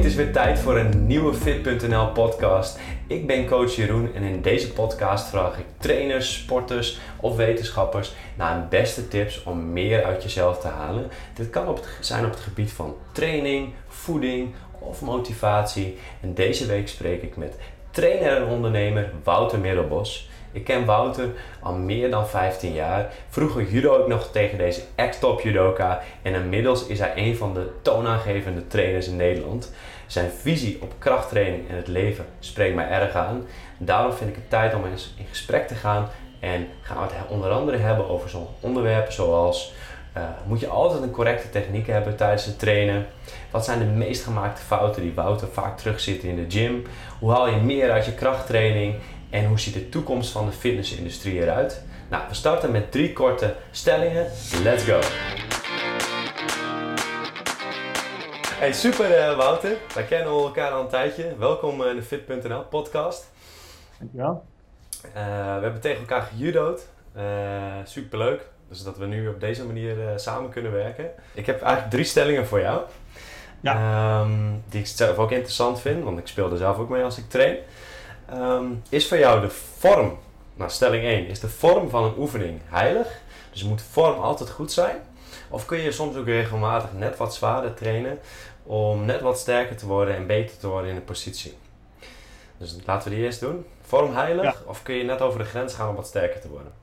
is weer tijd voor een nieuwe Fit.nl podcast. Ik ben coach Jeroen en in deze podcast vraag ik trainers, sporters of wetenschappers naar hun beste tips om meer uit jezelf te halen. Dit kan zijn op het gebied van training, voeding of motivatie. En deze week spreek ik met trainer en ondernemer Wouter Middelbos. Ik ken Wouter al meer dan 15 jaar. Vroeger judo ik nog tegen deze ex-top judoka en inmiddels is hij een van de toonaangevende trainers in Nederland. Zijn visie op krachttraining en het leven spreekt mij erg aan. Daarom vind ik het tijd om eens in gesprek te gaan en gaan we het onder andere hebben over zo'n onderwerpen zoals moet je altijd een correcte techniek hebben tijdens het trainen? Wat zijn de meest gemaakte fouten die Wouter vaak terugzitten in de gym? Hoe haal je meer uit je krachttraining? En hoe ziet de toekomst van de fitnessindustrie eruit? Nou, we starten met 3 korte stellingen. Let's go! Hey, super Wouter. Wij kennen elkaar al een tijdje. Welkom in de Fit.nl podcast. Dankjewel. We hebben tegen elkaar gejudo'd. Superleuk. Dus dat we nu op deze manier samen kunnen werken. Ik heb eigenlijk 3 stellingen voor jou. Ja. Die ik zelf ook interessant vind, want ik speel er zelf ook mee als ik train. Is voor jou de vorm, nou stelling 1, is de vorm van een oefening heilig? Dus moet de vorm altijd goed zijn? Of kun je soms ook regelmatig net wat zwaarder trainen om net wat sterker te worden en beter te worden in de positie? Dus laten we die eerst doen. Vorm heilig, ja. Of kun je net over de grens gaan om wat sterker te worden?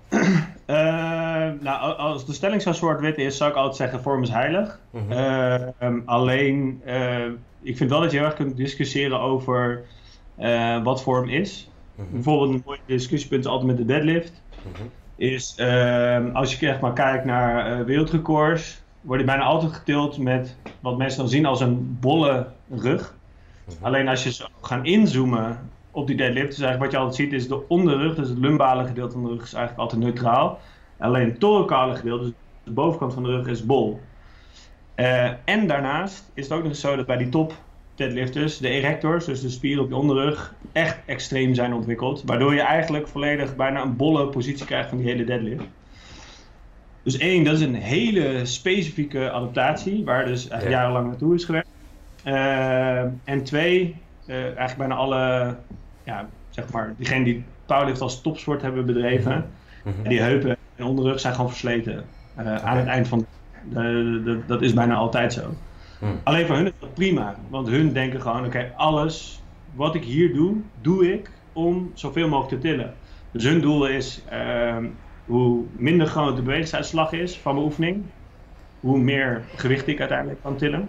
Nou, als de stelling zo zwart-wit is, zou ik altijd zeggen vorm is heilig. Mm-hmm. Alleen, ik vind wel dat je heel erg kunt discussiëren over wat vorm is. Mm-hmm. Bijvoorbeeld een mooi discussiepunt is altijd met de deadlift. Mm-hmm. Is als je echt maar kijkt naar wereldrecords, word je bijna altijd getild met wat mensen dan zien als een bolle rug. Mm-hmm. Alleen als je zo gaan inzoomen op die deadlift, dus eigenlijk wat je altijd ziet is de onderrug, dus het lumbale gedeelte van de rug is eigenlijk altijd neutraal. Alleen het thoracale gedeelte, dus de bovenkant van de rug, is bol. En daarnaast is het ook nog eens zo dat bij die top deadlifters, de erectors, dus de spieren op je onderrug, echt extreem zijn ontwikkeld. Waardoor je eigenlijk volledig bijna een bolle positie krijgt van die hele deadlift. Dus 1, dat is een hele specifieke adaptatie, waar dus eigenlijk jarenlang naartoe is gewerkt. En 2, eigenlijk bijna alle, zeg maar, diegenen die powerlift als topsport hebben bedreven, mm-hmm. Die heupen en onderrug zijn gewoon versleten aan het eind van dat is bijna altijd zo. Alleen voor hun is dat prima, want hun denken gewoon, oké, alles wat ik hier doe, doe ik om zoveel mogelijk te tillen. Dus hun doel is, hoe minder groot de bewegingsuitslag is van mijn oefening, hoe meer gewicht ik uiteindelijk kan tillen.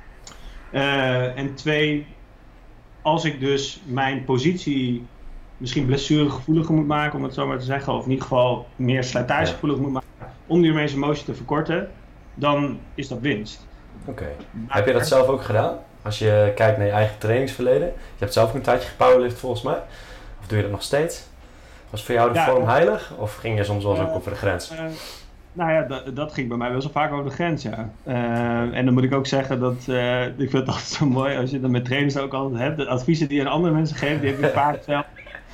En 2, als ik dus mijn positie misschien blessuregevoeliger moet maken, om het zo maar te zeggen, of in ieder geval meer slijtagegevoelig moet maken, om die range of motion te verkorten, dan is dat winst. Oké. Heb je dat zelf ook gedaan? Als je kijkt naar je eigen trainingsverleden. Je hebt zelf ook een tijdje gepowerlift volgens mij. Of doe je dat nog steeds? Was voor jou de vorm heilig? Of ging je soms wel eens ook over de grens? Nou ja, dat ging bij mij wel zo vaak over de grens, ja. En dan moet ik ook zeggen dat, ik vind het altijd zo mooi als je dat met trainers ook altijd hebt. De adviezen die je aan andere mensen geeft, die heb ik vaak zelf.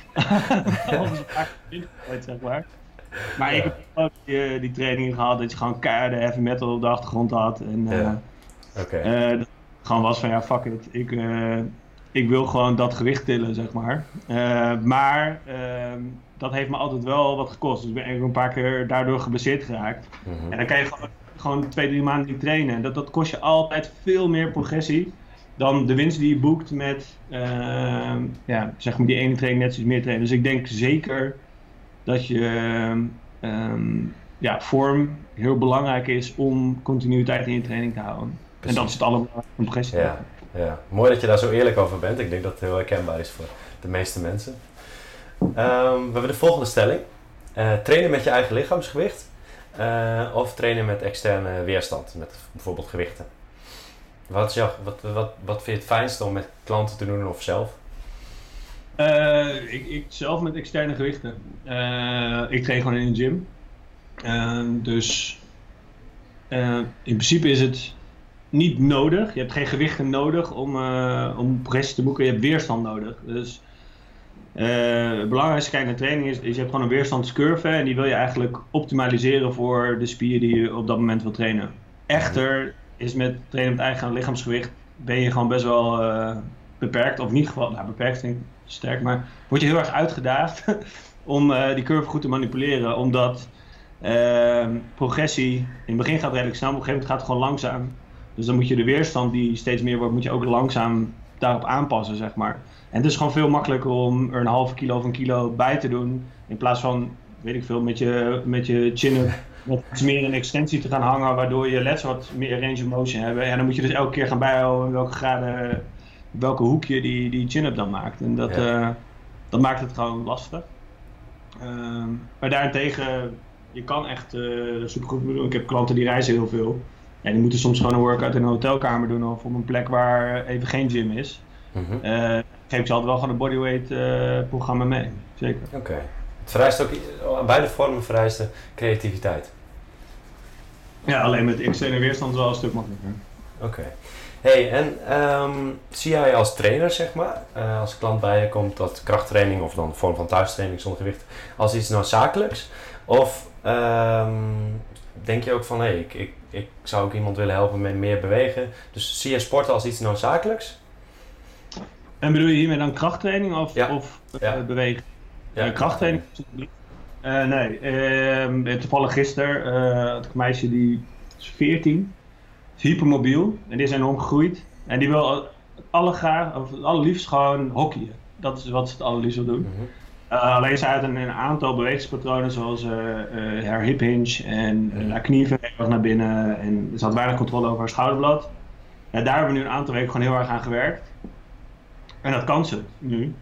Zeg maar. Maar ik heb ook die trainingen gehad dat je gewoon keiharde heavy metal op de achtergrond had. En dat gewoon was van ja, fuck it. Ik wil gewoon dat gewicht tillen, zeg maar. Maar dat heeft me altijd wel wat gekost. Dus ik ben eigenlijk een paar keer daardoor geblesseerd geraakt. Mm-hmm. En dan kan je gewoon 2-3 maanden niet trainen. En dat kost je altijd veel meer progressie dan de winst die je boekt met zeg maar die ene training net iets meer trainen. Dus ik denk zeker dat je vorm heel belangrijk is om continuïteit in je training te houden. Precies. En dat is het allerbelangrijkste om progressie te maken. Ja, mooi dat je daar zo eerlijk over bent. Ik denk dat het heel herkenbaar is voor de meeste mensen. We hebben de volgende stelling. Trainen met je eigen lichaamsgewicht of trainen met externe weerstand, met bijvoorbeeld gewichten. Wat vind je het fijnste om met klanten te doen of zelf? Ik zelf met externe gewichten. Ik train gewoon in een gym. Dus in principe is het niet nodig. Je hebt geen gewichten nodig om progressie te boeken. Je hebt weerstand nodig. Dus het belangrijkste kijk naar training is je hebt gewoon een weerstandscurve en die wil je eigenlijk optimaliseren voor de spier die je op dat moment wil trainen. Echter is met trainen met eigen lichaamsgewicht ben je gewoon best wel beperkt. Of in ieder geval, beperkt vind ik sterk. Maar word je heel erg uitgedaagd om die curve goed te manipuleren. Omdat progressie in het begin gaat redelijk snel. Maar op een gegeven moment gaat het gewoon langzaam. Dus dan moet je de weerstand die steeds meer wordt, moet je ook langzaam daarop aanpassen, zeg maar. En het is gewoon veel makkelijker om er een halve kilo of een kilo bij te doen. In plaats van, weet ik veel, met je chin-up wat iets meer in extensie te gaan hangen. Waardoor je leds wat meer range of motion hebben. En dan moet je dus elke keer gaan bijhouden in welke graden, welke hoekje die chin-up dan maakt. En dat maakt het gewoon lastig. Maar daarentegen, je kan echt supergoed doen. Ik heb klanten die reizen heel veel. Ja, die moeten soms gewoon een workout in een hotelkamer doen of op een plek waar even geen gym is. Geef ik ze altijd wel gewoon een bodyweight programma mee, zeker. Oké. Het vereist ook, beide vormen vereisten creativiteit. Ja, alleen met externe weerstand is wel een stuk makkelijker. Oké. Hey, en zie jij als trainer, zeg maar, als klant bij je komt, dat krachttraining of dan een vorm van thuistraining zonder gewicht als iets noodzakelijks? Of denk je ook van, ik zou ook iemand willen helpen met meer bewegen. Dus zie je sporten als iets noodzakelijks? En bedoel je hiermee dan krachttraining of bewegen? Ja, krachttraining? Nee. Toevallig gisteren had ik een meisje die is 14. Is hypermobiel en die is enorm gegroeid. En die wil allerliefst gewoon hockeyen. Dat is wat ze het allerliefst wil doen. Alleen ze uit een aantal bewegingspatronen zoals haar hip hinge en haar knie heel naar binnen en ze had weinig controle over haar schouderblad. Ja, daar hebben we nu een aantal weken gewoon heel erg aan gewerkt. En dat kan ze nu.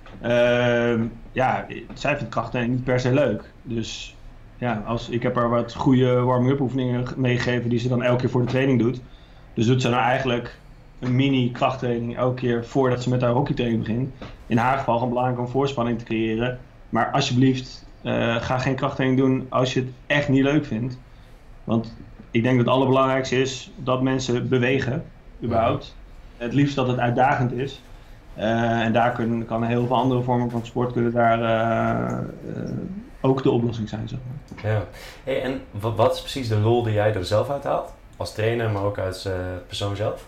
Zij vindt krachttraining niet per se leuk. Dus ja, ik heb haar wat goede warming-up oefeningen meegegeven die ze dan elke keer voor de training doet. Dus doet ze nou eigenlijk een mini krachttraining elke keer voordat ze met haar hockeytraining begint. In haar geval gewoon belangrijk om voorspanning te creëren. Maar alsjeblieft, ga geen krachttraining doen als je het echt niet leuk vindt. Want ik denk dat het allerbelangrijkste is dat mensen bewegen, überhaupt. Het liefst dat het uitdagend is. En daar kan heel veel andere vormen van sport kunnen daar ook de oplossing zijn, zeg maar. Ja. Hey, en wat is precies de lol die jij er zelf uit haalt? Als trainer, maar ook als persoon zelf?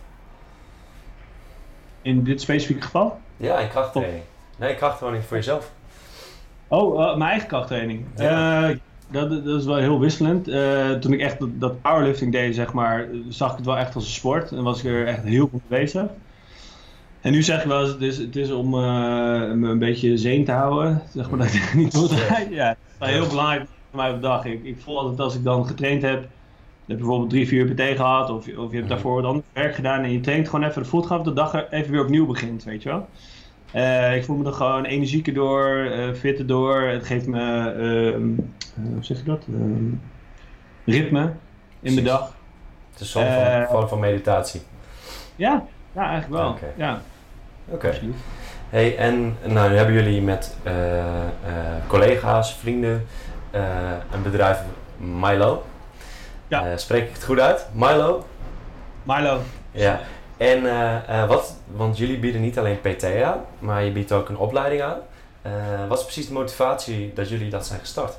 In dit specifieke geval? Ja, in krachttraining. Nee, krachttraining voor jezelf. Mijn eigen krachttraining. Ja. Dat is wel heel wisselend. Toen ik echt dat powerlifting deed, zeg maar, zag ik het wel echt als een sport. En was ik er echt heel goed mee bezig. En nu zeg ik wel eens, het is om me een beetje zen te houden. Zeg maar dat ik niet doordraai. Ja, dat is wel heel belangrijk voor mij op de dag. Ik voel altijd als ik dan getraind heb, je hebt bijvoorbeeld 3-4 PT gehad of je hebt daarvoor wat ander werk gedaan en je traint gewoon even de voet af, de dag even weer opnieuw begint, weet je wel. Ik voel me er gewoon energieker door, fitter door. Het geeft me, hoe zeg je dat? Ritme in de dag. Het is een vorm van meditatie. Ja, eigenlijk wel. Okay. Ja. Oké. Hey, en nou, nu hebben jullie met collega's, vrienden, een bedrijf Milo. Ja. Spreek ik het goed uit? Milo? Milo. Ja. En want jullie bieden niet alleen PT aan, maar je biedt ook een opleiding aan. Wat is precies de motivatie dat jullie dat zijn gestart?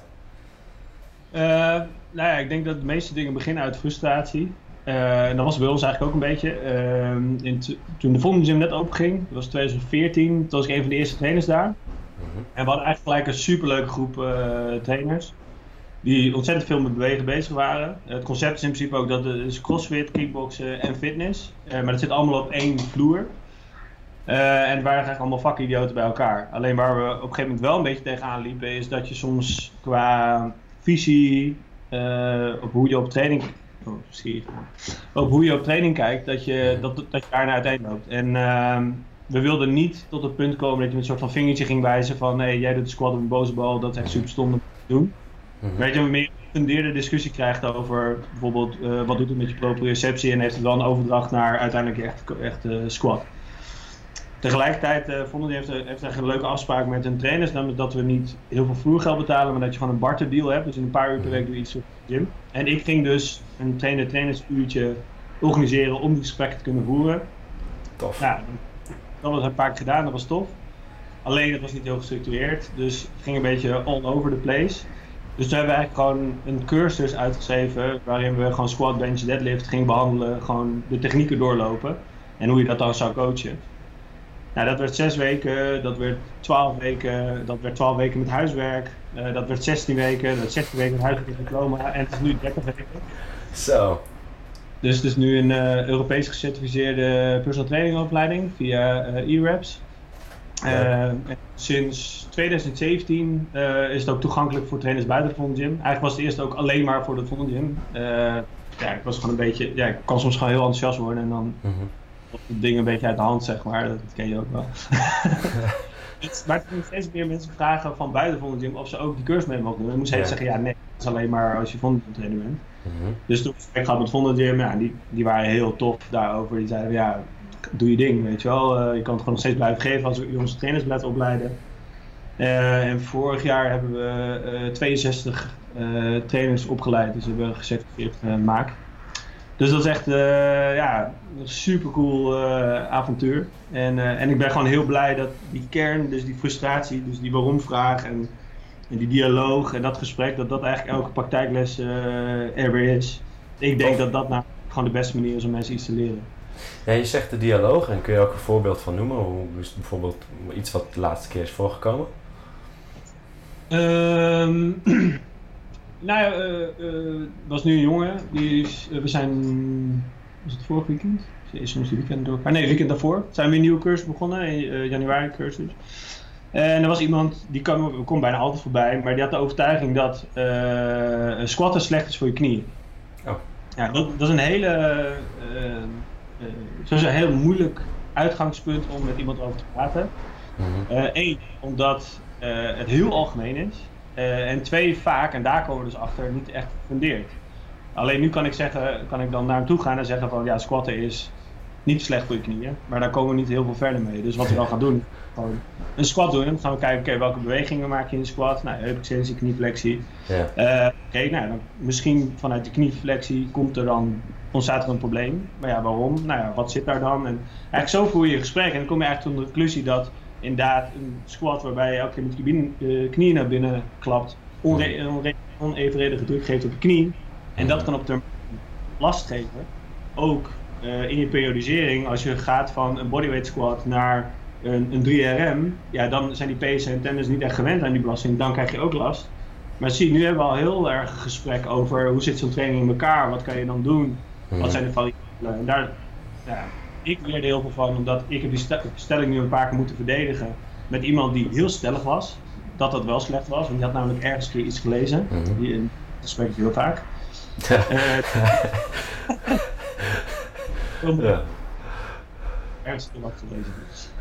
Ik denk dat de meeste dingen beginnen uit frustratie. En dat was bij ons eigenlijk ook een beetje. Toen de Vondelgym Gym net openging, dat was 2014, toen was ik een van de eerste trainers daar. En we hadden eigenlijk gelijk een superleuke groep trainers. Die ontzettend veel met bewegen bezig waren. Het concept is in principe ook dat het is crossfit, kickboksen en fitness. Maar dat zit allemaal op één vloer. En het waren eigenlijk allemaal vakidioten bij elkaar. Alleen waar we op een gegeven moment wel een beetje tegenaan liepen is dat je soms qua visie op hoe je op training... op hoe je op training kijkt, dat je daar naar uiteen loopt. En we wilden niet tot het punt komen dat je met een soort van vingertje ging wijzen van hey, jij doet de squat op een boze bal, dat is echt super stom om te doen. Weet je, een meer gefundeerde discussie krijgt over bijvoorbeeld wat doet het met je proprioceptie en heeft het wel een overdracht naar uiteindelijk echt squat. Tegelijkertijd vonden die heeft echt een leuke afspraak met hun trainers, namelijk dat we niet heel veel vloergeld betalen, maar dat je gewoon een barterdeal hebt. Dus in een paar uur per week doe je iets op de gym. En ik ging dus een trainersuurtje organiseren om die gesprekken te kunnen voeren. Tof. Nou, dat was een paar keer gedaan, dat was tof. Alleen het was niet heel gestructureerd, dus het ging een beetje all over the place. Dus toen hebben we eigenlijk gewoon een cursus uitgeschreven waarin we gewoon squat, bench, deadlift gingen behandelen, gewoon de technieken doorlopen. En hoe je dat dan zou coachen. Nou, dat werd 6 weken, dat werd 12 weken, dat werd 12 weken met huiswerk, dat werd 16 weken, dat werd 16 weken met huiswerk diploma en het is nu 30 weken. Zo. Dus het is nu een Europees gecertificeerde personal training opleiding via E-Reps. Sinds 2017 is het ook toegankelijk voor trainers buiten de Vondelgym. Eigenlijk was het eerst ook alleen maar voor de Vondelgym. Ik was gewoon een beetje, ik kan soms gewoon heel enthousiast worden en dan dingen een beetje uit de hand, zeg maar. Dat ken je ook wel. Maar er zijn steeds meer mensen vragen van buiten de Vondelgym of ze ook die cursus mee mogen doen. En moest hij zeggen, nee, dat is alleen maar als je Vondelgym trainer bent. Dus toen ik gehad met Vondelgym, die waren heel tof daarover. Die zeiden, doe je ding, weet je wel. Je kan het gewoon nog steeds blijven geven als we onze trainers blijven opleiden. En vorig jaar hebben we 62 trainers opgeleid, dus we hebben gecertificeerd MAAK. Dus dat is echt een super cool avontuur. En ik ben gewoon heel blij dat die kern, dus die frustratie, dus die waarom-vraag en die dialoog en dat gesprek, dat eigenlijk elke praktijkles er weer is. Ik denk dat dat nou gewoon de beste manier is om mensen iets te leren. Ja, je zegt de dialoog en kun je ook een voorbeeld van noemen? Hoe is bijvoorbeeld iets wat de laatste keer is voorgekomen? Was nu een jongen, was het vorig weekend? Is soms die weekend door? Nee, weekend daarvoor zijn we een nieuwe cursus begonnen, een januari cursus. En er was iemand, die komt bijna altijd voorbij, maar die had de overtuiging dat squatten slecht is voor je knieën. Oh. Ja, dat is een een heel moeilijk uitgangspunt om met iemand over te praten. Eén, omdat het heel algemeen is. En 2, vaak, en daar komen we dus achter, niet echt gefundeerd. Alleen nu kan ik dan naar hem toe gaan en zeggen van squatten is niet slecht voor je knieën, maar daar komen we niet heel veel verder mee. Dus wat we dan gaan doen, gewoon een squat doen. Dan gaan we kijken, welke bewegingen maak je in de squat? Nou, heupextensie, knieflexie. Dan misschien vanuit de knieflexie ontstaat er een probleem. Maar waarom? Wat zit daar dan? En eigenlijk zo voer je gesprek en dan kom je eigenlijk tot de conclusie dat inderdaad een squat waarbij je elke keer met je knieën naar binnen klapt, onevenredige druk geeft op je knie. En dat kan op termijn last geven. Ook in je periodisering, als je gaat van een bodyweight squat naar een 3RM, dan zijn die pezen en tendons niet echt gewend aan die belasting, dan krijg je ook last. Maar zie, nu hebben we al heel erg een gesprek over hoe zit zo'n training in elkaar, wat kan je dan doen, wat zijn de variabelen. En daar, ik leerde heel veel van, omdat ik heb die stelling nu een paar keer moeten verdedigen met iemand die heel stellig was, dat wel slecht was, want die had namelijk ergens een keer iets gelezen, dat spreek ik heel vaak. Ergens wat gelezen.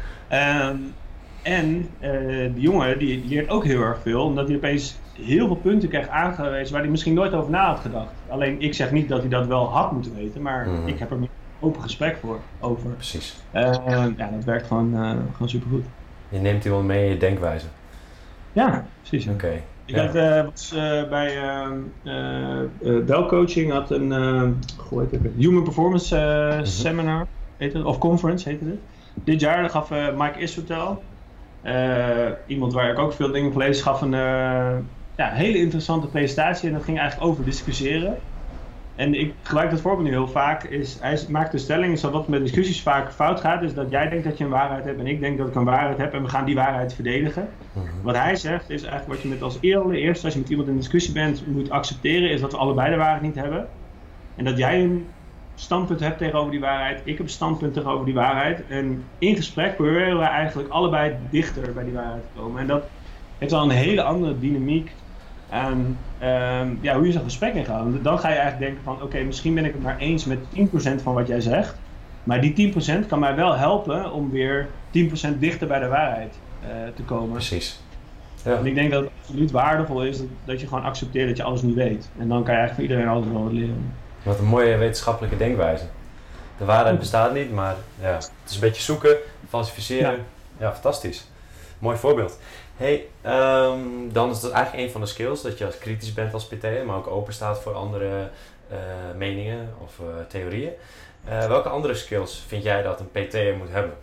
Die jongen die leert ook heel erg veel, omdat hij opeens heel veel punten krijgt aangewezen waar hij misschien nooit over na had gedacht. Alleen ik zeg niet dat hij dat wel had moeten weten, maar ik heb er een open gesprek over. Precies. Dat werkt gewoon supergoed. Je neemt iemand mee in je denkwijze. Ja, precies. Oké. Ik was bij Belcoaching had een Human Performance Seminar, heet het, of Conference heette het. Dit jaar gaf Mike Isvertel, iemand waar ik ook veel dingen gelezen, gaf een hele interessante presentatie en dat ging eigenlijk over discussiëren. En ik gebruik dat voorbeeld nu heel vaak, hij maakt de stelling, is dat wat met discussies vaak fout gaat, is dat jij denkt dat je een waarheid hebt en ik denk dat ik een waarheid heb en we gaan die waarheid verdedigen. Wat hij zegt is eigenlijk wat je met als eerste, als je met iemand in discussie bent, moet accepteren, is dat we allebei de waarheid niet hebben. En dat jij een standpunt hebt tegenover die waarheid, ik heb een standpunt tegenover die waarheid. En in gesprek proberen we eigenlijk allebei dichter bij die waarheid te komen. En dat heeft dan een hele andere dynamiek aan hoe je zo'n gesprek ingaat. Dan ga je eigenlijk denken van oké, misschien ben ik het maar eens met 10% van wat jij zegt. Maar die 10% kan mij wel helpen om weer 10% dichter bij de waarheid te komen. Precies. Ja. En ik denk dat het absoluut waardevol is dat je gewoon accepteert dat je alles niet weet. En dan kan je eigenlijk van iedereen altijd wel wat leren. Wat een mooie wetenschappelijke denkwijze. De waarheid bestaat niet, maar het is een beetje zoeken, falsificeren. Ja, fantastisch. Mooi voorbeeld. Hey, dan is dat eigenlijk een van de skills, dat je kritisch bent als PT'er, maar ook open staat voor andere meningen of theorieën. Welke andere skills vind jij dat een PT'er moet hebben?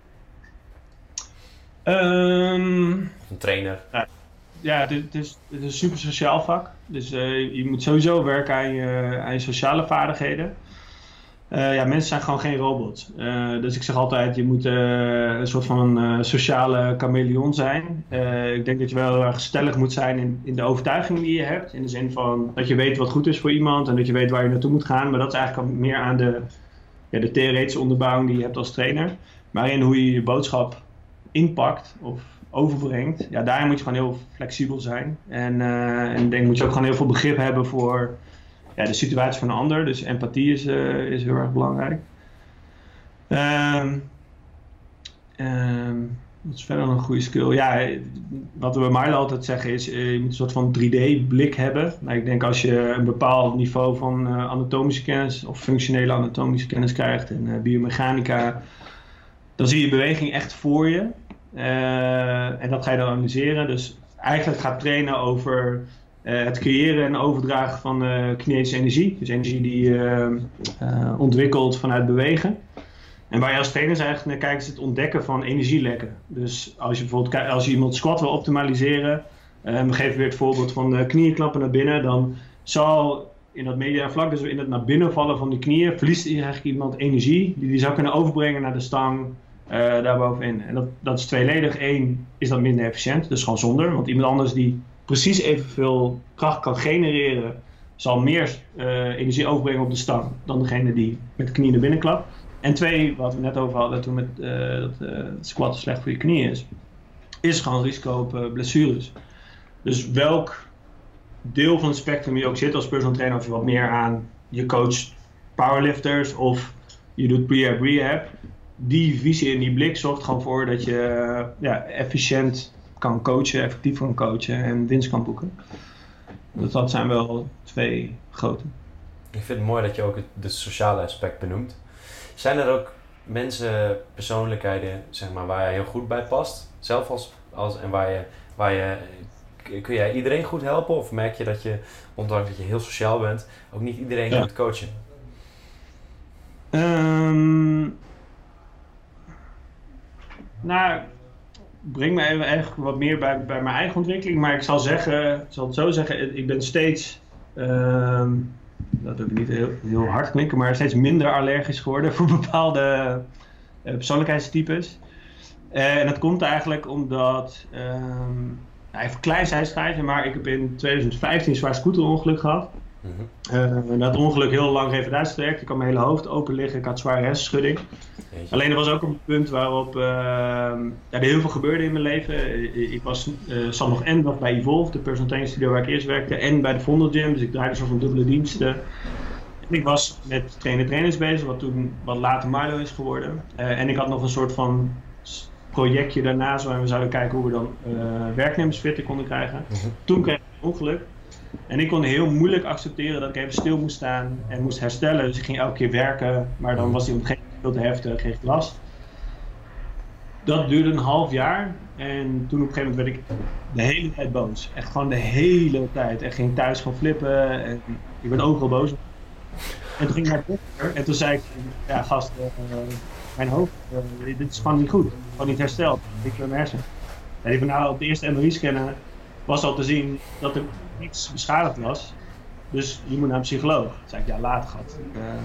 Een trainer? Het is een super sociaal vak. Dus je moet sowieso werken aan je sociale vaardigheden. Mensen zijn gewoon geen robots. Dus ik zeg altijd, je moet een soort van sociale chameleon zijn. Ik denk dat je wel heel erg stellig moet zijn in de overtuiging die je hebt. In de zin van dat je weet wat goed is voor iemand en dat je weet waar je naartoe moet gaan. Maar dat is eigenlijk meer aan de theoretische onderbouwing die je hebt als trainer. Maar in hoe je je boodschap inpakt of overbrengt, daarin moet je gewoon heel flexibel zijn. En ik denk moet je ook gewoon heel veel begrip hebben voor de situatie van een ander. Dus empathie is heel erg belangrijk. Wat is verder een goede skill? Ja, wat we bij Milo altijd zeggen is, je moet een soort van 3D-blik hebben. Nou, ik denk als je een bepaald niveau van anatomische kennis of functionele anatomische kennis krijgt en biomechanica, dan zie je beweging echt voor je. En dat ga je dan analyseren. Dus eigenlijk gaat trainen over het creëren en overdragen van kinetische energie. Dus energie die je ontwikkelt vanuit bewegen. En waar je als trainer eigenlijk naar kijkt is het ontdekken van energielekken. Dus als je bijvoorbeeld als je iemand squat wil optimaliseren, we geven weer het voorbeeld van de knieën klappen naar binnen, dan zal in dat mediale vlak, dus in het naar binnen vallen van die knieën, verliest eigenlijk iemand energie die zou kunnen overbrengen naar de stang daarbovenin. En dat is tweeledig. Eén, is dat minder efficiënt, dus gewoon zonde. Want iemand anders die precies evenveel kracht kan genereren, zal meer energie overbrengen op de stang dan degene die met de knie naar binnen klapt. En twee, wat we net over hadden toen met dat squatten slecht voor je knieën is gewoon risico op blessures. Dus welk deel van het spectrum je ook zit als personal trainer, of je wat meer aan je coach powerlifters of je doet pre-rehab, die visie en die blik zorgt gewoon voor dat je efficiënt kan coachen, effectief kan coachen en winst kan boeken. Dus dat zijn wel twee grote. Ik vind het mooi dat je ook het sociale aspect benoemt. Zijn er ook mensen, persoonlijkheden, zeg maar, waar je heel goed bij past? Zelf en waar je kun jij iedereen goed helpen? Of merk je dat je, ondanks dat je heel sociaal bent, ook niet iedereen kunt coachen? Breng me even echt wat meer bij mijn eigen ontwikkeling. Maar ik zal het zo zeggen, ik ben steeds, dat wil ik niet heel hard klinken, maar steeds minder allergisch geworden voor bepaalde persoonlijkheidstypes. En dat komt eigenlijk omdat, even klein zijstrijden, maar ik heb in 2015 een zwaar scooterongeluk gehad. Dat ongeluk heel lang revalidatietraject. Ik had mijn hele hoofd open liggen, ik had zware hersenschudding. Alleen er was ook een punt waarop er heel veel gebeurde in mijn leven. Ik zat nog en nog bij Evolve, de personal training studio waar ik eerst werkte, en bij de Vondel Gym, dus ik draaide zo van dubbele diensten. Ik was met trainers bezig, wat later Milo is geworden. En ik had nog een soort van projectje daarnaast waarin we zouden kijken hoe we dan werknemers fitter konden krijgen. Toen kreeg ik een ongeluk. En ik kon heel moeilijk accepteren dat ik even stil moest staan en moest herstellen. Dus ik ging elke keer werken, maar dan was die omgeving veel te heftig, kreeg ik last. Dat duurde een half jaar en toen op een gegeven moment werd ik de hele tijd boos. Echt gewoon de hele tijd. En ging thuis gewoon flippen en ik werd overal boos. En toen ging ik naar de dokter en toen zei ik, ja gast, mijn hoofd, dit is gewoon niet goed. Gewoon niet hersteld. Ik ben mijn hersenen. En die van nou op de eerste MRI-scanner was al te zien dat er iets beschadigd was. Dus je moet naar een psycholoog. Toen zei ik, ja later gat.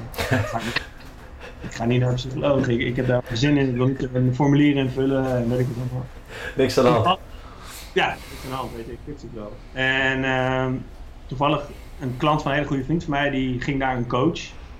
Ik ga niet naar een psycholoog. Ik heb daar geen zin in. Ik wil niet een formulier invullen en weet ik het allemaal. Niks aan de hand. Ja, niks aan de hand, weet ik fix het wel. En toevallig een klant van een hele goede vriend van mij, die ging naar een coach.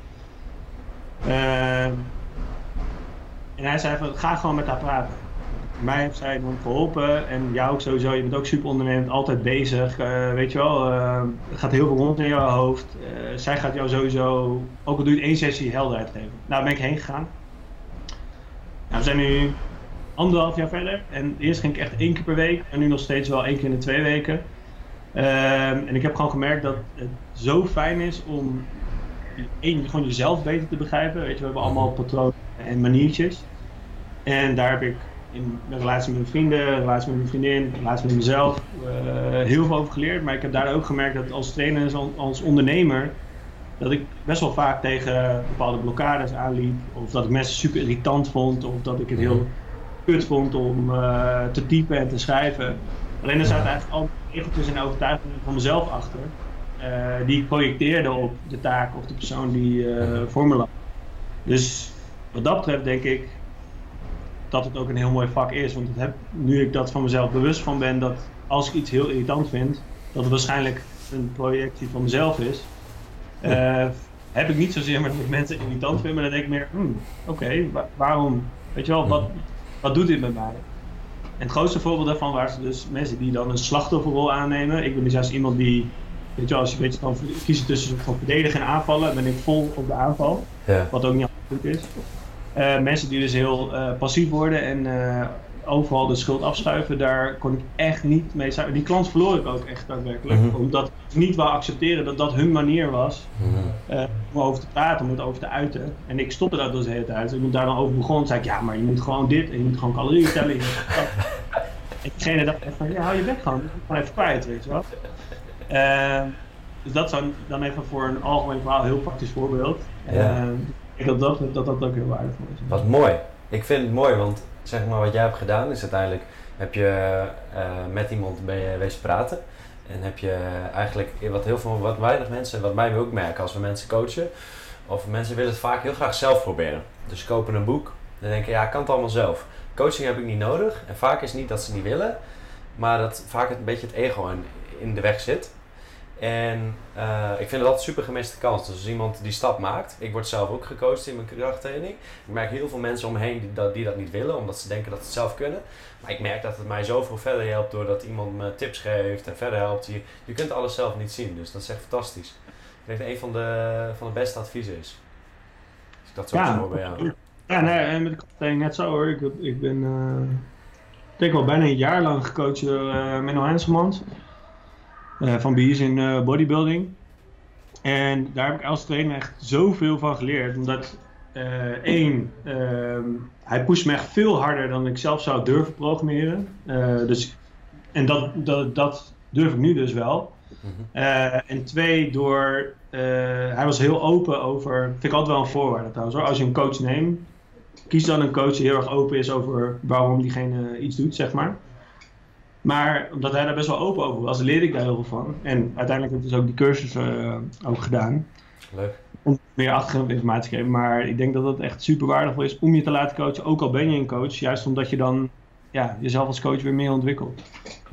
En hij zei van, ga gewoon met haar praten. Mij heeft zij dan geholpen en jou ook sowieso. Je bent ook super ondernemend, altijd bezig. Weet je wel, er gaat heel veel rond in jouw hoofd. Zij gaat jou sowieso, ook al doe je 1 sessie, helderheid geven. Nou, ben ik heen gegaan. Nou, we zijn nu 1,5 jaar verder. En eerst ging ik echt 1 keer per week. En nu nog steeds wel 1 keer in de 2 weken. En ik heb gewoon gemerkt dat het zo fijn is om gewoon jezelf beter te begrijpen. Weet je, we hebben allemaal patronen en maniertjes. En daar heb ik in mijn relatie met mijn vrienden, relatie met mijn vriendin, relatie met mezelf heel veel over geleerd. Maar ik heb daar ook gemerkt dat als trainer en als ondernemer dat ik best wel vaak tegen bepaalde blokkades aanliep. Of dat ik mensen super irritant vond. Of dat ik het heel kut vond om te typen en te schrijven. Alleen er zaten eigenlijk al regeltjes en overtuigingen van mezelf achter. Die ik projecteerde op de taak of de persoon die voor me lag. Dus wat dat betreft denk ik dat het ook een heel mooi vak is. Want nu ik dat van mezelf bewust van ben, dat als ik iets heel irritant vind, dat het waarschijnlijk een projectie van mezelf is. Heb ik niet zozeer dat ik mensen irritant vind, maar dan denk ik meer, oké, waarom, weet je wel, wat doet dit met mij? En het grootste voorbeeld daarvan waren dus mensen die dan een slachtofferrol aannemen. Ik ben dus juist iemand die, weet je wel, als je een beetje kan kiezen tussen van verdedigen en aanvallen, ben ik vol op de aanval. Ja. Wat ook niet altijd goed is. Mensen die dus heel passief worden en overal de schuld afschuiven, daar kon ik echt niet mee samen. Die klant verloor ik ook echt daadwerkelijk. Omdat ik niet wou accepteren dat dat hun manier was om over te praten, om het over te uiten. En ik stopte dat dus de hele tijd. Als ik daar dan over begon, zei ik, ja, maar je moet gewoon dit en je moet gewoon calorieën tellen. En diegene dacht echt van, ja, hou je bek gewoon. Gewoon even kwijt, weet je wel. Dus dat zou dan even voor een algemeen verhaal heel praktisch voorbeeld. Ik denk dat ook heel waardevol is. Wat mooi. Ik vind het mooi, want zeg maar wat jij hebt gedaan is uiteindelijk heb je met iemand wezen praten en heb je eigenlijk wat weinig mensen, wat wij ook merken als we mensen coachen, of mensen willen het vaak heel graag zelf proberen. Dus ze kopen een boek en denken ja, ik kan het allemaal zelf. Coaching heb ik niet nodig en vaak is het niet dat ze niet willen, maar dat vaak een beetje het ego in de weg zit. En ik vind dat een super gemiste kans. Dus als iemand die stap maakt, ik word zelf ook gecoacht in mijn krachttraining. Ik merk heel veel mensen om me heen die dat niet willen, omdat ze denken dat ze het zelf kunnen. Maar ik merk dat het mij zoveel verder helpt doordat iemand me tips geeft en verder helpt. Je kunt alles zelf niet zien, dus dat is echt fantastisch. Ik denk dat een van de beste adviezen is. Dus ik dat zo hoor bij jou. Ja, nee, met de krachttraining net zo hoor. Ik ben denk wel bijna een jaar lang gecoacht door Menno Henselmans. Van BI's in bodybuilding. En daar heb ik als trainer echt zoveel van geleerd. Omdat hij pusht me echt veel harder dan ik zelf zou durven programmeren. En dat durf ik nu dus wel. En 2, hij was heel open over, vind ik altijd wel een voorwaarde trouwens hoor. Als je een coach neemt, kies dan een coach die heel erg open is over waarom diegene iets doet, zeg maar. Maar omdat hij daar best wel open over was, leerde ik daar heel veel van. En uiteindelijk heb ik dus ook die cursus ook gedaan. Leuk. Om meer achtergrond informatie te geven. Maar ik denk dat het echt super waardevol is om je te laten coachen. Ook al ben je een coach. Juist omdat je dan jezelf als coach weer meer ontwikkelt.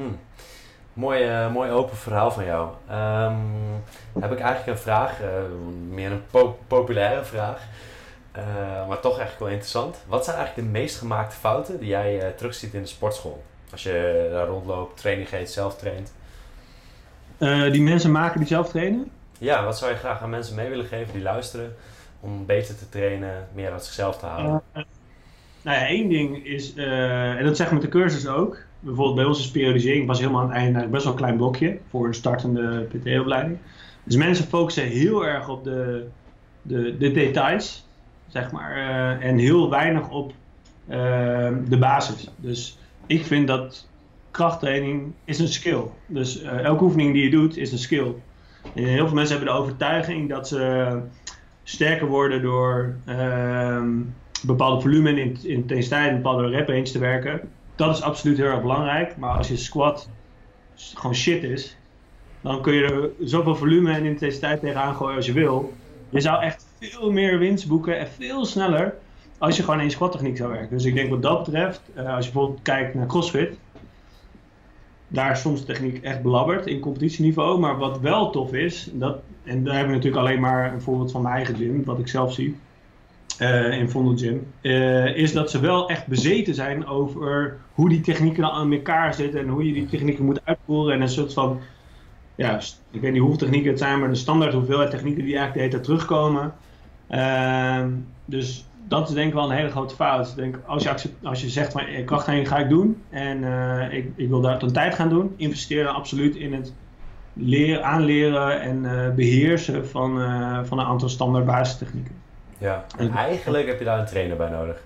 Mooi open verhaal van jou. Heb ik eigenlijk een vraag. Meer een populaire vraag. Maar toch eigenlijk wel interessant. Wat zijn eigenlijk de meest gemaakte fouten die jij terugziet in de sportschool? Als je daar rondloopt, training geeft, zelf traint. Die mensen maken die zelf trainen? Ja, wat zou je graag aan mensen mee willen geven die luisteren om beter te trainen, meer uit zichzelf te halen? Één ding is, en dat zeg ik met de cursus ook. Bijvoorbeeld bij ons is periodisering was helemaal aan het einde best wel een klein blokje voor een startende PT-opleiding. Dus mensen focussen heel erg op de details, zeg maar, en heel weinig op de basis. Dus ik vind dat krachttraining is een skill. Dus elke oefening die je doet is een skill. En heel veel mensen hebben de overtuiging dat ze sterker worden door bepaalde volume en intensiteit, een bepaalde rep range te werken. Dat is absoluut heel erg belangrijk. Maar als je squat gewoon shit is, dan kun je er zoveel volume en intensiteit tegenaan gooien als je wil. Je zou echt veel meer winst boeken en veel sneller als je gewoon in je squattechniek zou werken. Dus ik denk wat dat betreft, als je bijvoorbeeld kijkt naar CrossFit, daar is soms de techniek echt belabberd in competitieniveau. Maar wat wel tof is, en daar heb ik natuurlijk alleen maar een voorbeeld van mijn eigen gym, wat ik zelf zie in Vondel Gym, is dat ze wel echt bezeten zijn over hoe die technieken dan aan elkaar zitten en hoe je die technieken moet uitvoeren. En een soort van, ik weet niet hoeveel technieken het zijn, maar de standaard hoeveelheid technieken die eigenlijk de hele tijd terugkomen. Dus dat is denk ik wel een hele grote fout. Ik denk, als je zegt van krachttraining ga ik doen en ik wil daar een tijd gaan doen, investeer dan absoluut in het aanleren en beheersen van een aantal standaard basistechnieken. Ja, en eigenlijk heb je daar een trainer bij nodig.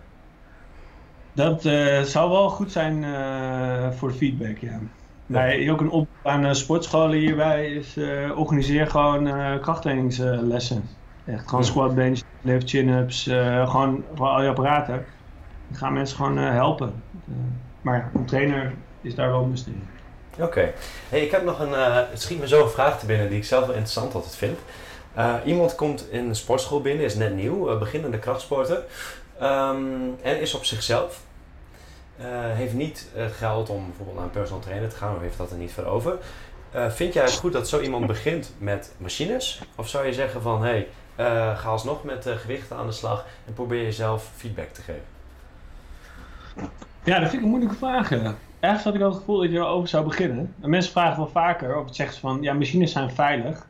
Dat zou wel goed zijn voor de feedback, ja. Ook een oproep aan sportscholen hierbij is organiseer gewoon krachttrainingslessen. Echt gewoon squat, bench, lift, chin-ups, gewoon al je apparaten. Dan gaan mensen gewoon helpen. Maar ja, een trainer is daar wel een bestemming. Oké. Hey, ik heb nog het schiet me zo een vraag te binnen die ik zelf wel interessant altijd vind. Iemand komt in een sportschool binnen, is net nieuw, beginnende krachtsporter. En is op zichzelf. Heeft niet het geld om bijvoorbeeld naar een personal trainer te gaan, of heeft dat er niet voor over. Vind jij het goed dat zo iemand begint met machines? Of zou je zeggen van, ga alsnog met gewichten aan de slag en probeer jezelf feedback te geven? Ja, dat vind ik een moeilijke vraag. Ergens had ik al het gevoel dat je erover zou beginnen. En mensen vragen wel vaker, of het zeggen ze van, ja, machines zijn veilig.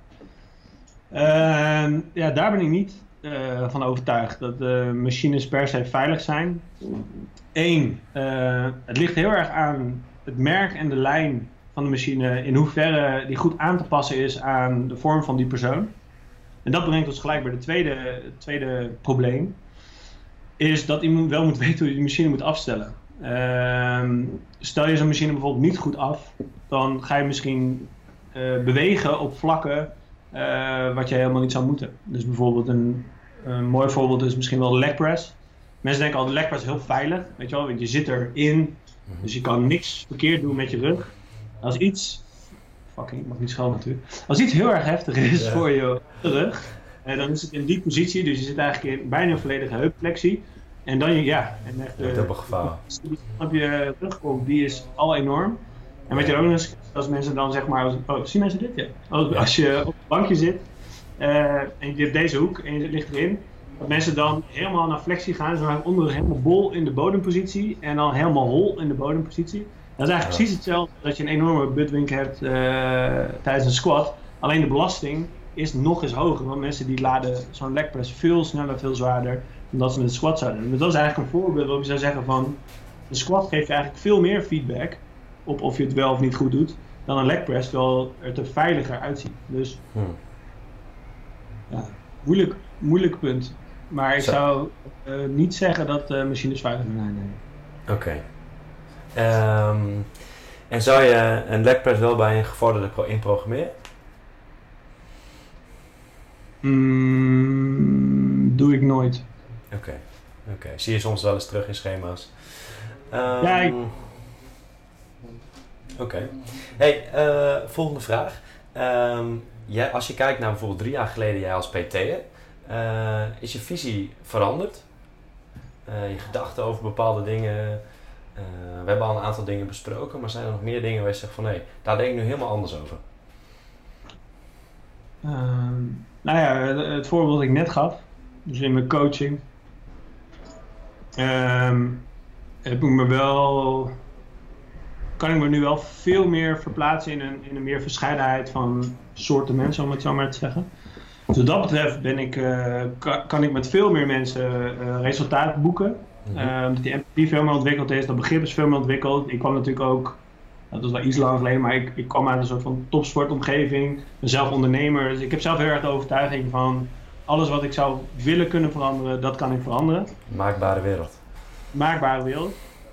Ja, daar ben ik niet van overtuigd dat machines per se veilig zijn. Eén, het ligt heel erg aan het merk en de lijn van de machine, in hoeverre die goed aan te passen is aan de vorm van die persoon. En dat brengt ons gelijk bij het tweede probleem, is dat iemand wel moet weten hoe je die machine moet afstellen. Stel je zo'n machine bijvoorbeeld niet goed af, dan ga je misschien bewegen op vlakken wat je helemaal niet zou moeten. Dus bijvoorbeeld een mooi voorbeeld is misschien wel de leg press. Mensen denken altijd, leg press is heel veilig, weet je wel, want je zit erin, dus je kan niks verkeerd doen met je rug. Als iets, ik mag niet schelden natuurlijk, als iets heel erg heftig is voor je rug, dan is het in die positie, dus je zit eigenlijk in bijna een volledige heupflexie. En dan dubbel gevaar. Op je rug komt, die is al enorm. En wat je ook nog eens, als mensen dan zeg maar, zien mensen dit? Ja. Als je op een bankje zit en je hebt deze hoek en je ligt erin, dat mensen dan helemaal naar flexie gaan, zo onder helemaal bol in de bodempositie en dan helemaal hol in de bodempositie. Dat is eigenlijk precies hetzelfde dat je een enorme buttwink hebt tijdens een squat. Alleen de belasting is nog eens hoger, want mensen die laden zo'n leg press veel sneller, veel zwaarder dan dat ze met de squat zouden doen. Dus dat is eigenlijk een voorbeeld waarop je zou zeggen van, een squat geeft je eigenlijk veel meer feedback op of je het wel of niet goed doet, dan een leg press, terwijl het er veiliger uitziet. Dus ja, moeilijk punt. Maar ik zou niet zeggen dat machines veiliger zijn. Oké. En zou je een leg press wel bij een gevorderde inprogrammeren? Doe ik nooit. Oké. Zie je soms wel eens terug in schema's? Oké. Hey, volgende vraag. Als je kijkt naar bijvoorbeeld 3 jaar geleden jij als PT'er, is je visie veranderd? Je gedachten over bepaalde dingen? We hebben al een aantal dingen besproken, maar zijn er nog meer dingen waar je zegt van nee, daar denk ik nu helemaal anders over? Het voorbeeld dat ik net gaf, dus in mijn coaching, kan ik me nu wel veel meer verplaatsen in een meer verscheidenheid van soorten mensen, om het zo maar te zeggen. Dus wat dat betreft kan ik met veel meer mensen resultaat boeken. Dat die empathie veel meer ontwikkeld is, dat begrip is veel meer ontwikkeld. Ik kwam natuurlijk ook, dat was wel iets lang geleden, maar ik kwam uit een soort van topsportomgeving, mezelf ondernemer. Dus ik heb zelf heel erg de overtuiging van alles wat ik zou willen kunnen veranderen, dat kan ik veranderen. Maakbare wereld.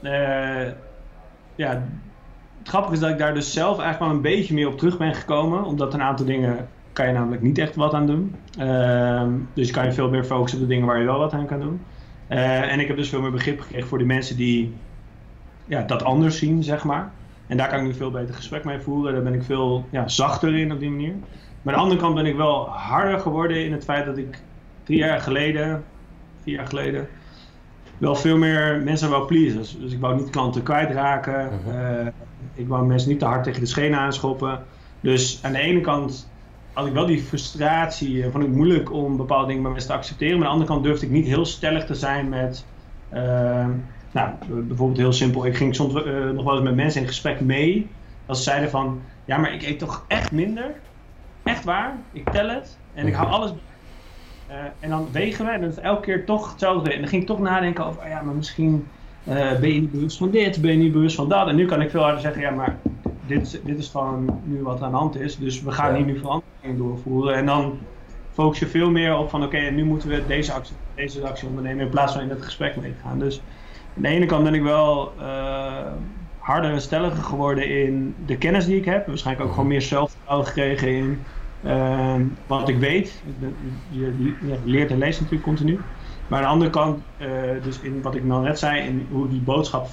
Het grappige is dat ik daar dus zelf eigenlijk wel een beetje meer op terug ben gekomen, omdat een aantal dingen kan je namelijk niet echt wat aan doen. Dus je kan je veel meer focussen op de dingen waar je wel wat aan kan doen. En ik heb dus veel meer begrip gekregen voor die mensen die dat anders zien, zeg maar. En daar kan ik nu veel beter gesprek mee voeren. Daar ben ik veel zachter in op die manier. Maar aan de andere kant ben ik wel harder geworden in het feit dat ik 4 jaar geleden, wel veel meer mensen wou pleasen. Dus ik wou niet klanten kwijtraken. Ik wou mensen niet te hard tegen de schenen aanschoppen. Dus aan de ene kant had ik wel die frustratie, vond ik moeilijk om bepaalde dingen bij mensen te accepteren. Maar aan de andere kant durfde ik niet heel stellig te zijn met, bijvoorbeeld heel simpel, ik ging soms nog wel eens met mensen in gesprek mee. Als ze zeiden van, ja maar ik eet toch echt minder? Echt waar? Ik tel het en ik hou alles bij. En dan wegen we en dan is elke keer toch hetzelfde. En dan ging ik toch nadenken over, maar misschien ben je niet bewust van dit, ben je niet bewust van dat. En nu kan ik veel harder zeggen, maar dit is gewoon nu wat aan de hand is. Dus we gaan hier nu veranderingen doorvoeren. En dan focus je veel meer op van oké, nu moeten we deze actie ondernemen in plaats van in het gesprek mee te gaan. Dus aan de ene kant ben ik wel harder en stelliger geworden in de kennis die ik heb. Waarschijnlijk ook gewoon meer zelfvertrouwen gekregen in wat ik weet. Je leert en leest natuurlijk continu. Maar aan de andere kant, dus in wat ik nou net zei, in hoe die boodschap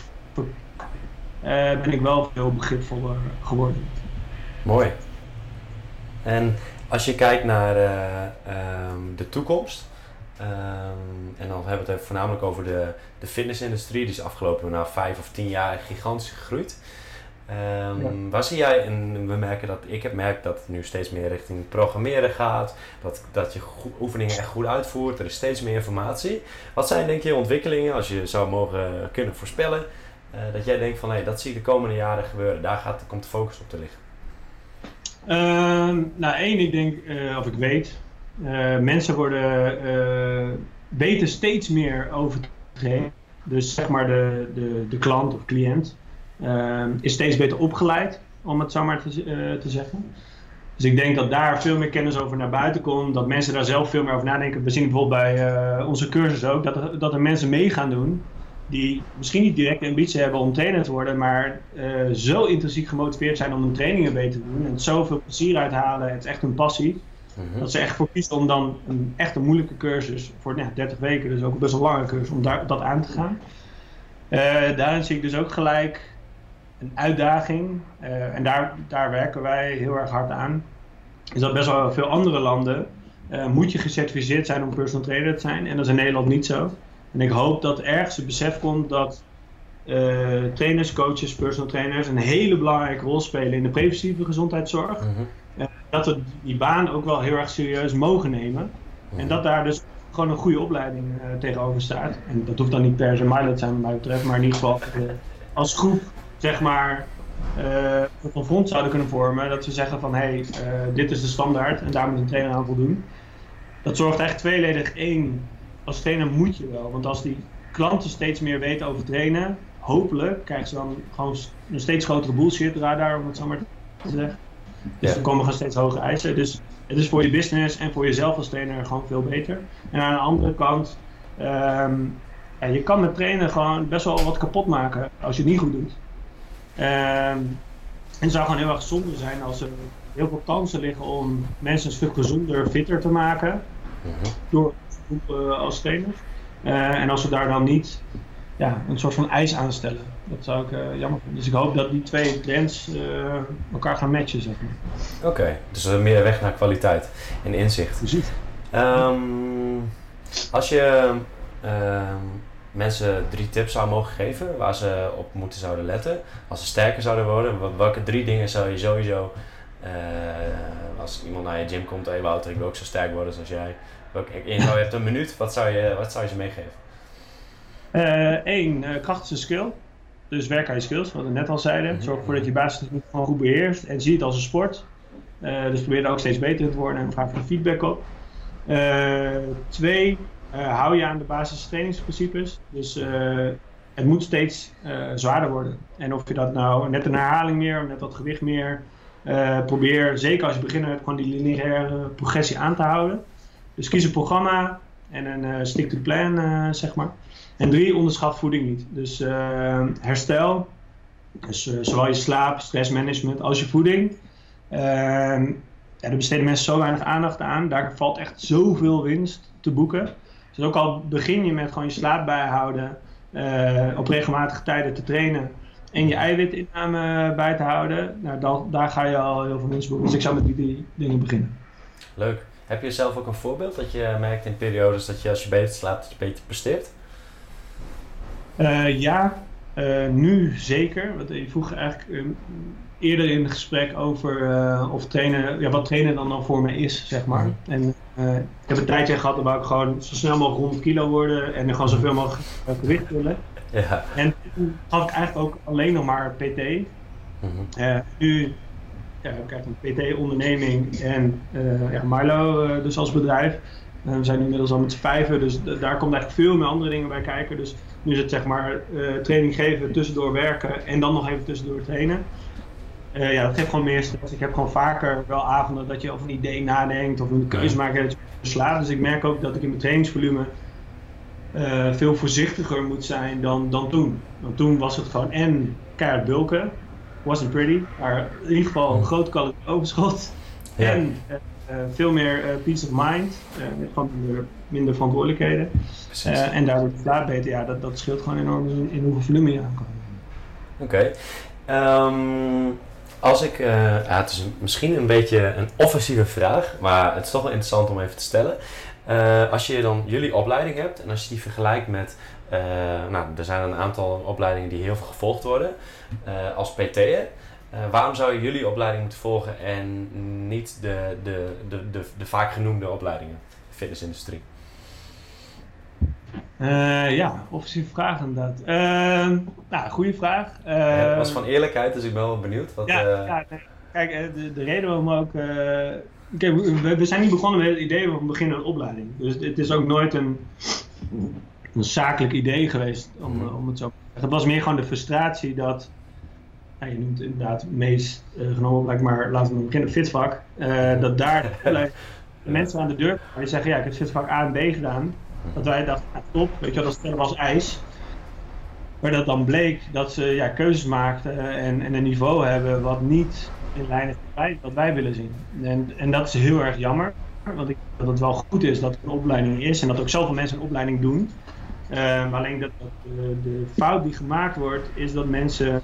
ben ik wel veel begripvoller geworden. Mooi. En als je kijkt naar de toekomst, en dan hebben we het even voornamelijk over de fitnessindustrie, die is afgelopen 5 of 10 jaar gigantisch gegroeid. Waar zie jij, en ik heb gemerkt dat het nu steeds meer richting programmeren gaat, dat je oefeningen echt goed uitvoert, er is steeds meer informatie. Wat zijn denk je ontwikkelingen, als je zou mogen kunnen voorspellen, dat jij denkt van dat zie ik de komende jaren gebeuren, daar komt de focus op te liggen? Ik denk, of ik weet, mensen weten steeds meer over trainen. Dus zeg maar de klant of cliënt is steeds beter opgeleid, om het zo maar te zeggen. Dus ik denk dat daar veel meer kennis over naar buiten komt, dat mensen daar zelf veel meer over nadenken. We zien bijvoorbeeld bij onze cursus ook, dat er mensen mee gaan doen die misschien niet direct de ambitie hebben om trainer te worden, maar zo intrinsiek gemotiveerd zijn om hun trainingen beter te doen en zoveel plezier uithalen, het is echt hun passie, dat ze echt voor kiezen om dan een echt een moeilijke cursus voor 30 weken, dus ook best een lange cursus, om dat aan te gaan. Daarin zie ik dus ook gelijk een uitdaging en daar werken wij heel erg hard aan. Is dat best wel veel andere landen moet je gecertificeerd zijn om personal trainer te zijn en dat is in Nederland niet zo. En ik hoop dat ergens het besef komt dat trainers, coaches, personal trainers een hele belangrijke rol spelen in de preventieve gezondheidszorg. Dat we die baan ook wel heel erg serieus mogen nemen. En dat daar dus gewoon een goede opleiding tegenover staat. En dat hoeft dan niet per se Milo te zijn wat mij betreft, maar in ieder geval als groep zeg maar een front zouden kunnen vormen. Dat we zeggen van dit is de standaard en daar moet een trainer aan voldoen. Dat zorgt eigenlijk tweeledig. 1, als trainer moet je wel, want als die klanten steeds meer weten over trainen, hopelijk krijgen ze dan gewoon een steeds grotere bullshit radar, om het zo maar te zeggen. Dus er komen gewoon steeds hogere eisen. Dus het is voor je business en voor jezelf als trainer gewoon veel beter. En aan de andere kant, je kan met trainen gewoon best wel wat kapot maken als je het niet goed doet. En het zou gewoon heel erg zonde zijn als er heel veel kansen liggen om mensen een stuk gezonder, fitter te maken. Door als trainers. En als we daar dan niet een soort van eis aan stellen. Dat zou ik jammer vinden. Dus ik hoop dat die twee trends elkaar gaan matchen, zeg maar. Oké, dus meer weg naar kwaliteit en inzicht. Precies. Als je mensen 3 tips zou mogen geven waar ze op zouden letten, als ze sterker zouden worden, welke 3 dingen zou je sowieso, als iemand naar je gym komt, Wouter, ik wil ook zo sterk worden zoals jij. Je hebt een minuut, wat zou je ze meegeven? 1, kracht is een skill. Dus werk aan je skills, wat we net al zeiden. Zorg ervoor dat je basistechniek gewoon goed beheerst en zie het als een sport. Dus probeer er ook steeds beter in te worden en vraag voor feedback op. 2, hou je aan de basistrainingsprincipes. Dus het moet steeds zwaarder worden. En of je dat nou net een herhaling meer of net wat gewicht meer, probeer, zeker als je beginner hebt, gewoon die lineaire progressie aan te houden. Dus kies een programma en een stick to the plan, zeg maar. En 3, onderschat voeding niet. Dus herstel, dus zowel je slaap, stressmanagement als je voeding. Daar besteden mensen zo weinig aandacht aan. Daar valt echt zoveel winst te boeken. Dus ook al begin je met gewoon je slaap bijhouden, op regelmatige tijden te trainen en je eiwitinname bij te houden, daar ga je al heel veel winst boeken. Dus ik zou met die dingen beginnen. Leuk. Heb je zelf ook een voorbeeld dat je merkt in periodes dat je als je beter slaapt, dat je beter presteert? Nu zeker. Want je vroeg eigenlijk eerder in het gesprek over of trainen, wat trainen dan voor me is, zeg maar. En ik heb een tijdje gehad waar ik gewoon zo snel mogelijk 100 kilo worden en gewoon zoveel mogelijk gewicht willen. Ja. En toen gaf ik eigenlijk ook alleen nog maar PT. Nu heb ik eigenlijk een PT-onderneming en Milo dus als bedrijf. We zijn inmiddels al met z'n 5, dus daar komt eigenlijk veel meer andere dingen bij kijken. Dus nu is het zeg maar training geven, tussendoor werken en dan nog even tussendoor trainen. Dat geeft gewoon meer stress. Ik heb gewoon vaker wel avonden dat je over een idee nadenkt of een keuze maakt dat je slaapt. Dus ik merk ook dat ik in mijn trainingsvolume veel voorzichtiger moet zijn dan toen. Want toen was het gewoon en keihard bulken. Wasn't pretty, maar in ieder geval een groot calorieoverschot. Ja. En veel meer peace of mind, met gewoon minder verantwoordelijkheden. En daardoor de slaap beter, dat scheelt gewoon enorm in hoeveel volume je aankomt. Oké. Het is misschien een beetje een offensieve vraag, maar het is toch wel interessant om even te stellen. Als je dan jullie opleiding hebt en als je die vergelijkt met, er zijn een aantal opleidingen die heel veel gevolgd worden als PT'er. Waarom zou je jullie opleiding moeten volgen en niet de vaak genoemde opleidingen, de fitnessindustrie? Offensieve vraag inderdaad. Goede vraag. Het was van eerlijkheid, dus ik ben wel benieuwd. Kijk, de reden waarom ook... we zijn niet begonnen met het idee van beginnen een opleiding. Dus het is ook nooit een zakelijk idee geweest, om het zo te zeggen. Het was meer gewoon de frustratie dat... je noemt het inderdaad het meest genomen opleiding, maar laten we beginnen fitvak. Dat daar mensen aan de deur kwamen die zeggen, ik heb fitvak A en B gedaan. Dat wij dachten, top, weet je wel, dat stellen we als eis. Maar dat dan bleek dat ze keuzes maakten en een niveau hebben wat niet in lijn is met wat wij willen zien. En dat is heel erg jammer, want ik denk dat het wel goed is dat er een opleiding is en dat ook zoveel mensen een opleiding doen. Maar alleen dat de fout die gemaakt wordt, is dat mensen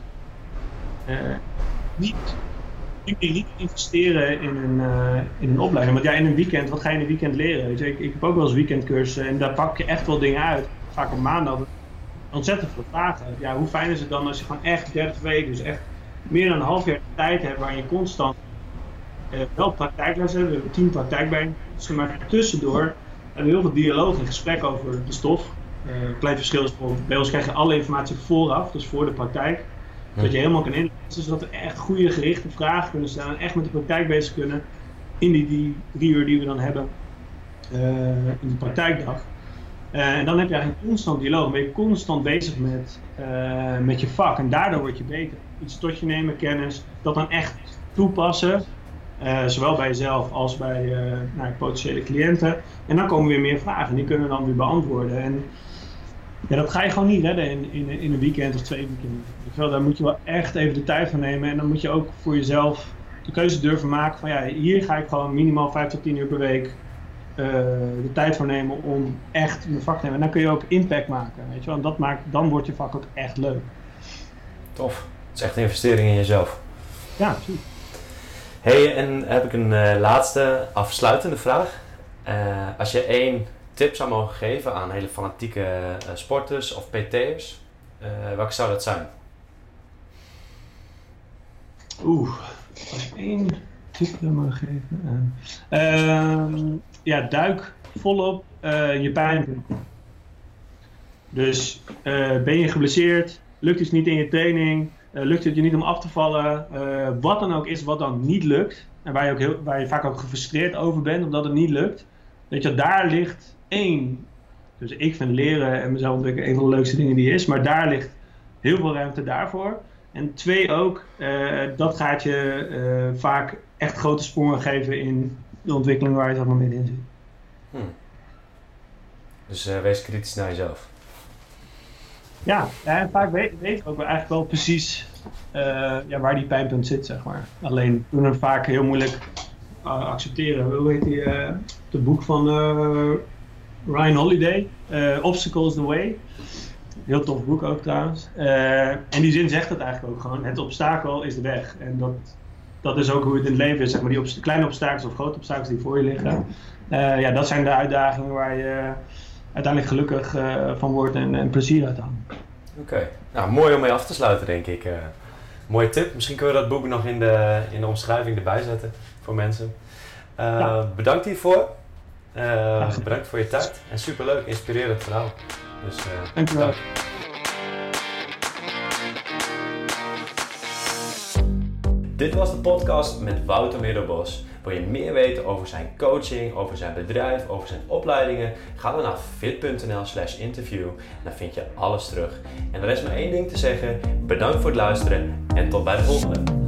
niet investeren in een opleiding. Want in een weekend, wat ga je in een weekend leren? Weet je? Ik heb ook wel eens weekendcursussen en daar pak je echt wel dingen uit. Vaak op maandag. Ontzettend veel vragen. Ja, hoe fijn is het dan als je gewoon echt 30 weken, dus echt meer dan een half jaar tijd hebt waar je constant wel praktijklessen hebt. We hebben 10 praktijkbijnen. Dus maar tussendoor hebben we heel veel dialoog en gesprek over de stof. Klein verschil is bijvoorbeeld, bij ons krijg je alle informatie vooraf, dus voor de praktijk. Dat je helemaal kan inlezen, zodat we echt goede gerichte vragen kunnen stellen en echt met de praktijk bezig kunnen in die 3 uur die we dan hebben in de praktijkdag. En dan heb je eigenlijk een constant dialoog, dan ben je constant bezig met je vak en daardoor word je beter. Iets tot je nemen, kennis, dat dan echt toepassen, zowel bij jezelf als bij potentiële cliënten. En dan komen weer meer vragen, die kunnen we dan weer beantwoorden. En dat ga je gewoon niet redden in een weekend of 2 weekenden. Daar moet je wel echt even de tijd voor nemen en dan moet je ook voor jezelf de keuze durven maken van hier ga ik gewoon minimaal 5 tot 10 uur per week de tijd voor nemen om echt mijn vak te nemen. En dan kun je ook impact maken, weet je wel. En dan wordt je vak ook echt leuk. Tof. Het is echt een investering in jezelf. Ja, precies. Hey, en heb ik een laatste afsluitende vraag. Als je 1 tip zou mogen geven aan hele fanatieke sporters of PT'ers, welke zou dat zijn? Als ik 1 tip wil mogen geven. Duik volop je pijn. Dus ben je geblesseerd, lukt het niet in je training, lukt het je niet om af te vallen, wat dan ook is wat dan niet lukt, en waar je vaak ook gefrustreerd over bent omdat het niet lukt, weet je, daar ligt 1. Dus ik vind leren en mezelf ontwikkelen een van de leukste dingen die is, maar daar ligt heel veel ruimte daarvoor. En 2 ook, dat gaat je vaak echt grote sprongen geven in de ontwikkeling waar je zeg maar middenin zit. Dus wees kritisch naar jezelf. Ja, en vaak weet ik ook eigenlijk wel precies waar die pijnpunt zit, zeg maar. Alleen doen we vaak heel moeilijk accepteren. Hoe heet die? Het boek van Ryan Holiday, Obstacles the Way. Heel tof boek ook trouwens. En die zin zegt het eigenlijk ook gewoon. Het obstakel is de weg. En dat is ook hoe het in het leven is. Zeg maar, die kleine obstakels of grote obstakels die voor je liggen. Dat zijn de uitdagingen waar je uiteindelijk gelukkig van wordt en plezier uit haalt. Oké. Nou, mooi om mee af te sluiten denk ik. Mooie tip. Misschien kunnen we dat boek nog in de omschrijving erbij zetten voor mensen. Bedankt hiervoor. Bedankt voor je tijd. En superleuk, inspirerend verhaal. Dus, dankjewel. Dit was de podcast met Wouter Middelbos. Wil je meer weten over zijn coaching, over zijn bedrijf, over zijn opleidingen? Ga dan naar fit.nl/interview en dan vind je alles terug. En er is maar 1 ding te zeggen. Bedankt voor het luisteren en tot bij de volgende.